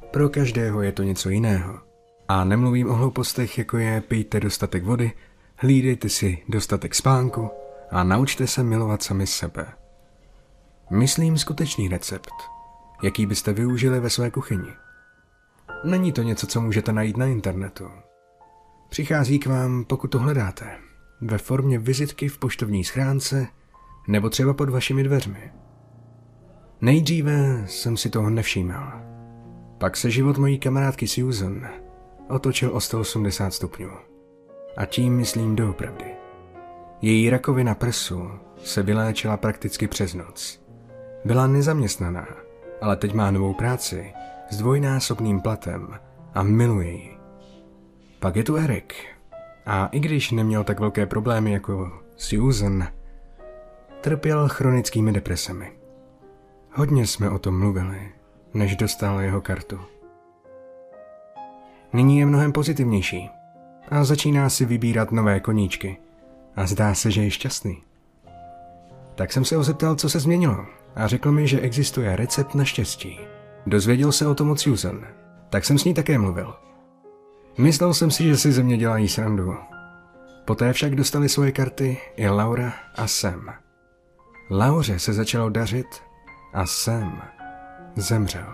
Pro každého je to něco jiného. A nemluvím o hloupostech, jako je pijte dostatek vody, hlídejte si dostatek spánku a naučte se milovat sami sebe. Myslím skutečný recept, jaký byste využili ve své kuchyni. Není to něco, co můžete najít na internetu. Přichází k vám, pokud to hledáte, ve formě vizitky v poštovní schránce nebo třeba pod vašimi dveřmi. Nejdříve jsem si toho nevšímal. Pak se život mojí kamarádky Susan otočil o 180 stupňů. A tím myslím doopravdy. Její rakovina prsu se vyléčila prakticky přes noc. Byla nezaměstnaná, ale teď má novou práci s dvojnásobným platem a miluje ji. Pak je tu Eric. A i když neměl tak velké problémy jako Susan, trpěl chronickými depresemi. Hodně jsme o tom mluvili, než dostal jeho kartu. Nyní je mnohem pozitivnější a začíná si vybírat nové koníčky a zdá se, že je šťastný. Tak jsem se ho zeptal, co se změnilo a řekl mi, že existuje recept na štěstí. Dozvěděl se o tom od Susan, tak jsem s ní také mluvil. Myslel jsem si, že si ze mě dělají srandu. Poté však dostali svoje karty i Laura a Sam. Lauře se začalo dařit a Sam zemřel.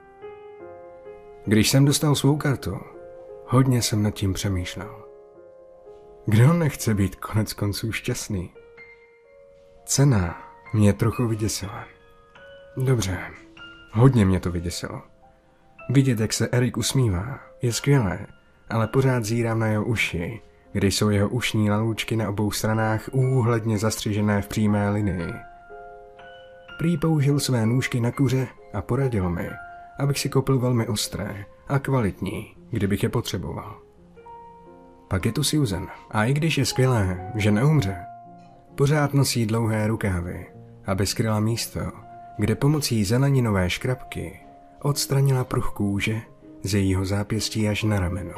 Když jsem dostal svou kartu, hodně jsem nad tím přemýšlel. Kdo nechce být konec konců šťastný? Cena mě trochu vyděsila. Dobře, hodně mě to vyděsilo. Vidět, jak se Eric usmívá, je skvělé, ale pořád zírám na jeho uši, kde jsou jeho ušní lalůčky na obou stranách úhledně zastřižené v přímé linii. Prý použil své nůžky na kuře a poradil mi, abych si koupil velmi ostré a kvalitní, kdybych je potřeboval. Pak je tu Susan a i když je skvělé, že neumře, pořád nosí dlouhé rukávy, aby skryla místo, kde pomocí zeleninové škrabky odstranila pruh kůže z jejího zápěstí až na rameno.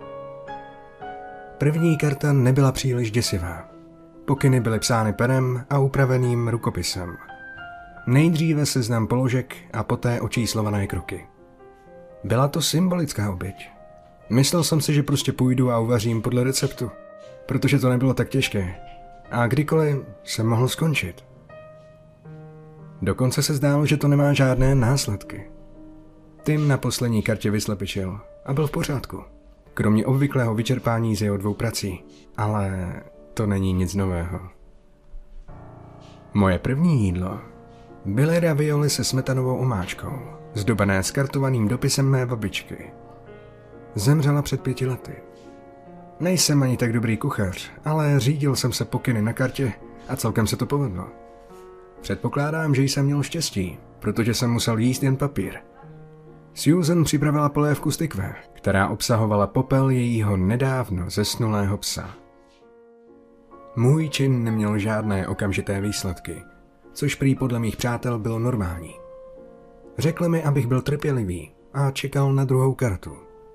První karta nebyla příliš děsivá. Pokyny byly psány perem a upraveným rukopisem. Nejdříve seznam položek a poté očíslované kroky. Byla to symbolická oběť. Myslel jsem si, že prostě půjdu a uvařím podle receptu, protože to nebylo tak těžké. A kdykoliv jsem mohl skončit. Dokonce se zdálo, že to nemá žádné následky. Tim na poslední kartě vyslepičil a byl v pořádku. Kromě obvyklého vyčerpání z jeho 2 prací. Ale to není nic nového. Moje první jídlo byly ravioli se smetanovou omáčkou, zdobené skartovaným dopisem mé babičky. Zemřela před 5 lety. Nejsem ani tak dobrý kuchař, ale řídil jsem se pokyny na kartě a celkem se to povedlo. Předpokládám, že jsem měl štěstí, protože jsem musel jíst jen papír. Susan připravila polévku z tykve, která obsahovala popel jejího nedávno zesnulého psa. Můj čin neměl žádné okamžité výsledky, což prý podle mých přátel bylo normální. Řekli mi, abych byl trpělivý a čekal na druhou kartu.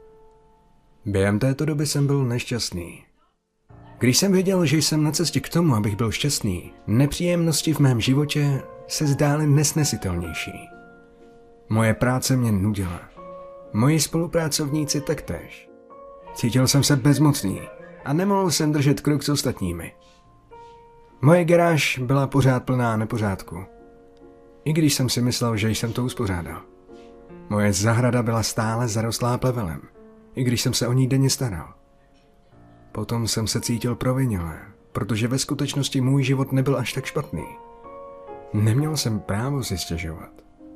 Během této doby jsem byl nešťastný. Když jsem věděl, že jsem na cestě k tomu, abych byl šťastný, nepříjemnosti v mém životě se zdály nesnesitelnější. Moje práce mě nudila. Moji spolupracovníci taktéž. Cítil jsem se bezmocný a nemohl jsem držet krok s ostatními. Moje garáž byla pořád plná nepořádku. I když jsem si myslel, že jsem to uspořádal. Moje zahrada byla stále zarostlá plevelem, i když jsem se o ní denně staral. Potom jsem se cítil provinile, protože ve skutečnosti můj život nebyl až tak špatný. Neměl jsem právo si stěžovat.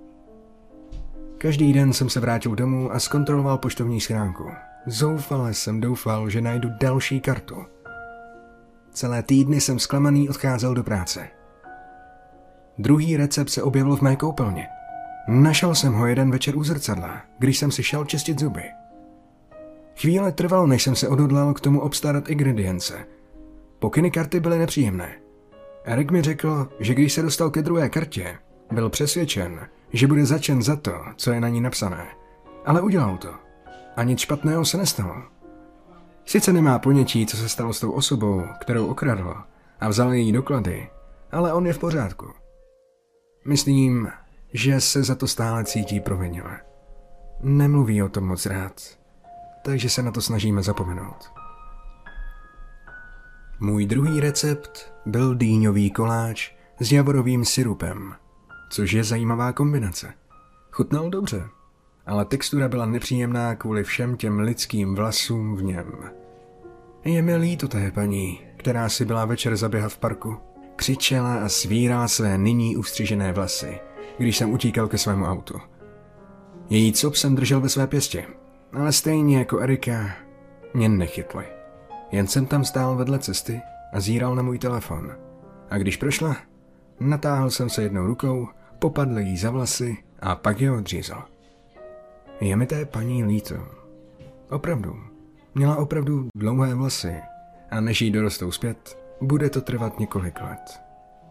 Každý den jsem se vrátil domů a zkontroloval poštovní schránku. Zoufale jsem doufal, že najdu další kartu. Celé týdny jsem zklamaný odcházel do práce. Druhý recept se objevil v mé koupelně. Našel jsem ho jeden večer u zrcadla, když jsem si šel čistit zuby. Chvíle trvalo, než jsem se odhodlal k tomu obstarat ingredience. Pokyny karty byly nepříjemné. Eric mi řekl, že když se dostal ke druhé kartě, byl přesvědčen, že bude zatčen za to, co je na ní napsané. Ale udělal to. A nic špatného se nestalo. Sice nemá ponětí, co se stalo s tou osobou, kterou okradl, a vzal její doklady, ale on je v pořádku. Myslím, že se za to stále cítí provinile. nemluví o tom moc rád, takže se na to snažíme zapomenout. Můj druhý recept byl dýňový koláč s javorovým sirupem, což je zajímavá kombinace. Chutnal dobře, ale textura byla nepříjemná kvůli všem těm lidským vlasům v něm. Je mi líto té paní, která si byla večer zaběhat v parku. Křičela a svírala své nyní ustřižené vlasy, když jsem utíkal ke svému autu. Její cop jsem držel ve své pěstě, ale stejně jako Erika mě nechytli. Jen jsem tam stál vedle cesty a zíral na můj telefon. A když prošla, natáhl jsem se jednou rukou, popadl jí za vlasy a pak je odřízl. Je mi té paní líto. Opravdu. Měla opravdu dlouhé vlasy a než jí dorostou zpět, bude to trvat několik let.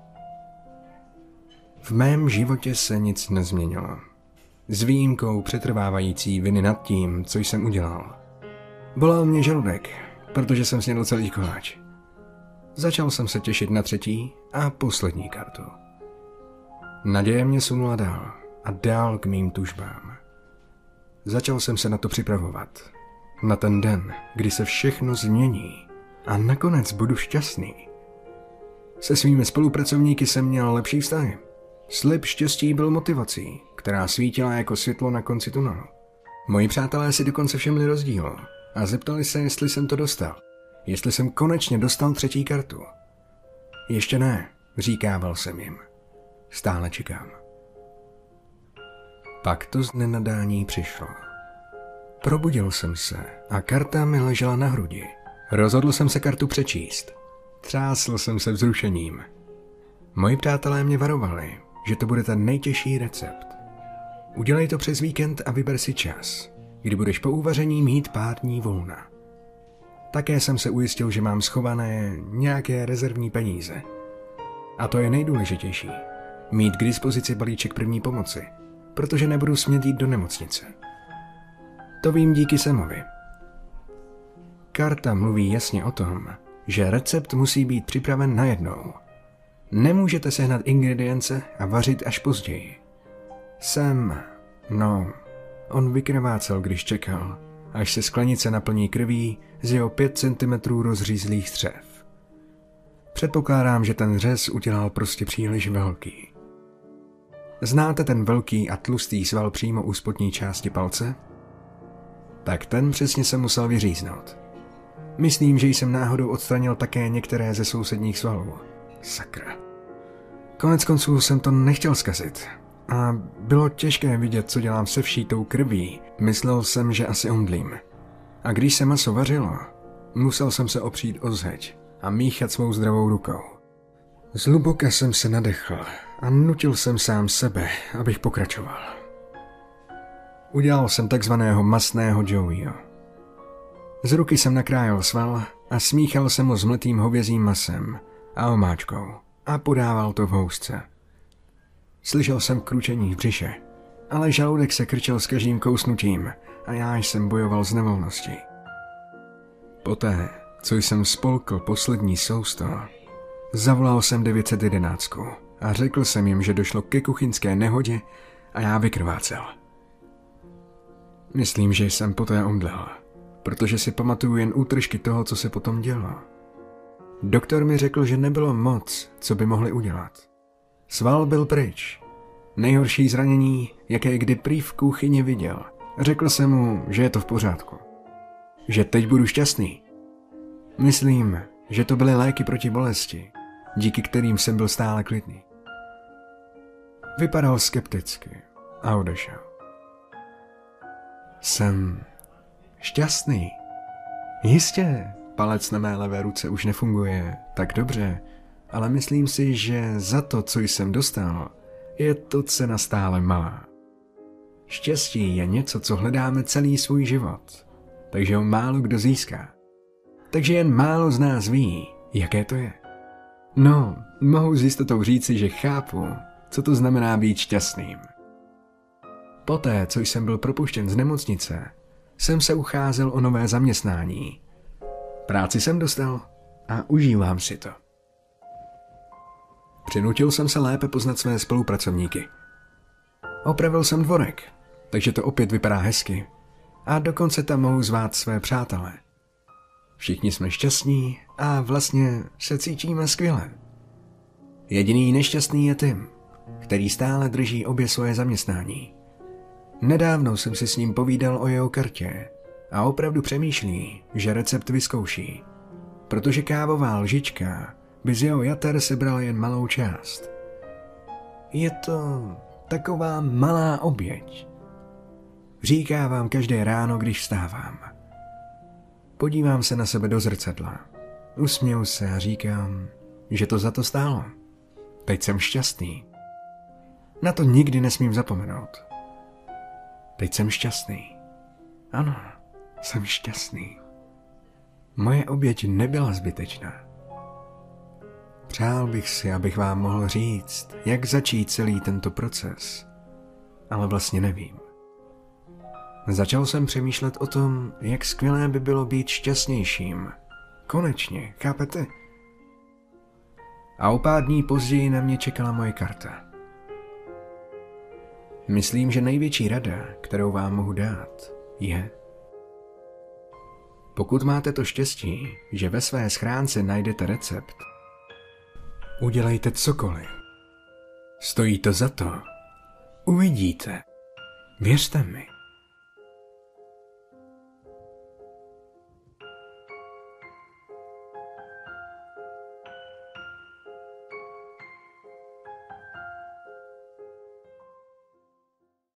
V mém životě se nic nezměnilo. S výjimkou přetrvávající viny nad tím, co jsem udělal. Bolel mě žaludek, protože jsem snědl celý koláč. Začal jsem se těšit na třetí a poslední kartu. Naděje mě sunula dál a dál k mým tužbám. Začal jsem se na to připravovat. Na ten den, kdy se všechno změní a nakonec budu šťastný. Se svými spolupracovníky jsem měl lepší vztahy. Slib štěstí byl motivací, která svítila jako světlo na konci tunelu. Moji přátelé si dokonce všimli rozdíl a zeptali se, jestli jsem to dostal. Jestli jsem konečně dostal třetí kartu. Ještě ne, říkával jsem jim. Stále čekám. Pak to z nenadání přišlo. Probudil jsem se a karta mi ležela na hrudi. Rozhodl jsem se kartu přečíst. Třásl jsem se vzrušením. Moji přátelé mě varovali, že to bude ten nejtěžší recept. Udělej to přes víkend a vyber si čas, kdy budeš po uvaření mít pár dní volna. Také jsem se ujistil, že mám schované nějaké rezervní peníze. A to je nejdůležitější. Mít k dispozici balíček první pomoci, protože nebudu smět jít do nemocnice. To vím díky Samovi. Karta mluví jasně o tom, že recept musí být připraven najednou. Nemůžete sehnat ingredience a vařit až později. Sam, on vykrvácel, když čekal, až se sklenice naplní krví z jeho 5 cm rozřízlých střev. Předpokládám, že ten řez udělal prostě příliš velký. Znáte ten velký a tlustý sval přímo u spodní části palce? Tak ten přesně se musel vyříznout. Myslím, že jsem náhodou odstranil také některé ze sousedních svalů. Sakra. Konec konců jsem to nechtěl zkazit. A bylo těžké vidět, co dělám se vší tou krví. Myslel jsem, že asi omdlím. A když se maso vařilo, musel jsem se opřít o zeď a míchat svou zdravou rukou. Zhluboka jsem se nadechl a nutil jsem sám sebe, abych pokračoval. Udělal jsem takzvaného masného Joeyho. Z ruky jsem nakrájel sval a smíchal jsem ho s mletým hovězím masem a omáčkou a podával to v housce. Slyšel jsem kručení v břiše, ale žaludek se krčil s každým kousnutím a já jsem bojoval s nevolností. Poté, co jsem spolkl poslední sousto, zavolal jsem 911 a řekl jsem jim, že došlo ke kuchyňské nehodě a já vykrvácel. Myslím, že jsem poté omdlel, protože si pamatuju jen útržky toho, co se potom dělo. Doktor mi řekl, že nebylo moc, co by mohli udělat. Sval byl pryč. Nejhorší zranění, jaké kdy prý v kuchyni viděl. Řekl jsem mu, že je to v pořádku. Že teď budu šťastný. Myslím, že to byly léky proti bolesti, díky kterým jsem byl stále klidný. Vypadal skepticky a odešel. Jsem šťastný. Jistě, palec na mé levé ruce už nefunguje tak dobře, ale myslím si, že za to, co jsem dostal, je to cena stále malá. Štěstí je něco, co hledáme celý svůj život, takže ho málo kdo získá. Takže jen málo z nás ví, jaké to je. Mohu s jistotou říci, že chápu, co to znamená být šťastným. Poté, co jsem byl propuštěn z nemocnice, jsem se ucházel o nové zaměstnání. Práci jsem dostal a užívám si to. Přinutil jsem se lépe poznat své spolupracovníky. Opravil jsem dvorek. takže to opět vypadá hezky. A dokonce tam mohu zvát své přátele. Všichni jsme šťastní a vlastně se cítíme skvěle. Jediný nešťastný je Tim, který stále drží obě svoje zaměstnání. Nedávno jsem si s ním povídal o jeho kartě a opravdu přemýšlí, že recept vyzkouší, protože kávová lžička by z jeho jater sebrala jen malou část. Je to taková malá oběť. Říká vám každé ráno, když vstávám. Podívám se na sebe do zrcadla, usměju se a říkám, že to za to stálo. Teď jsem šťastný. Na to nikdy nesmím zapomenout. Teď jsem šťastný. Ano, jsem šťastný. Moje oběť nebyla zbytečná. Přál bych si, abych vám mohl říct, jak začít celý tento proces, ale vlastně nevím. Začal jsem přemýšlet o tom, jak skvělé by bylo být šťastnějším. Konečně, chápete? A o pár dní později na mě čekala moje karta. Myslím, že největší rada, kterou vám mohu dát, je: pokud máte to štěstí, že ve své schránce najdete recept, udělejte cokoliv. Stojí to za to. Uvidíte. Věřte mi.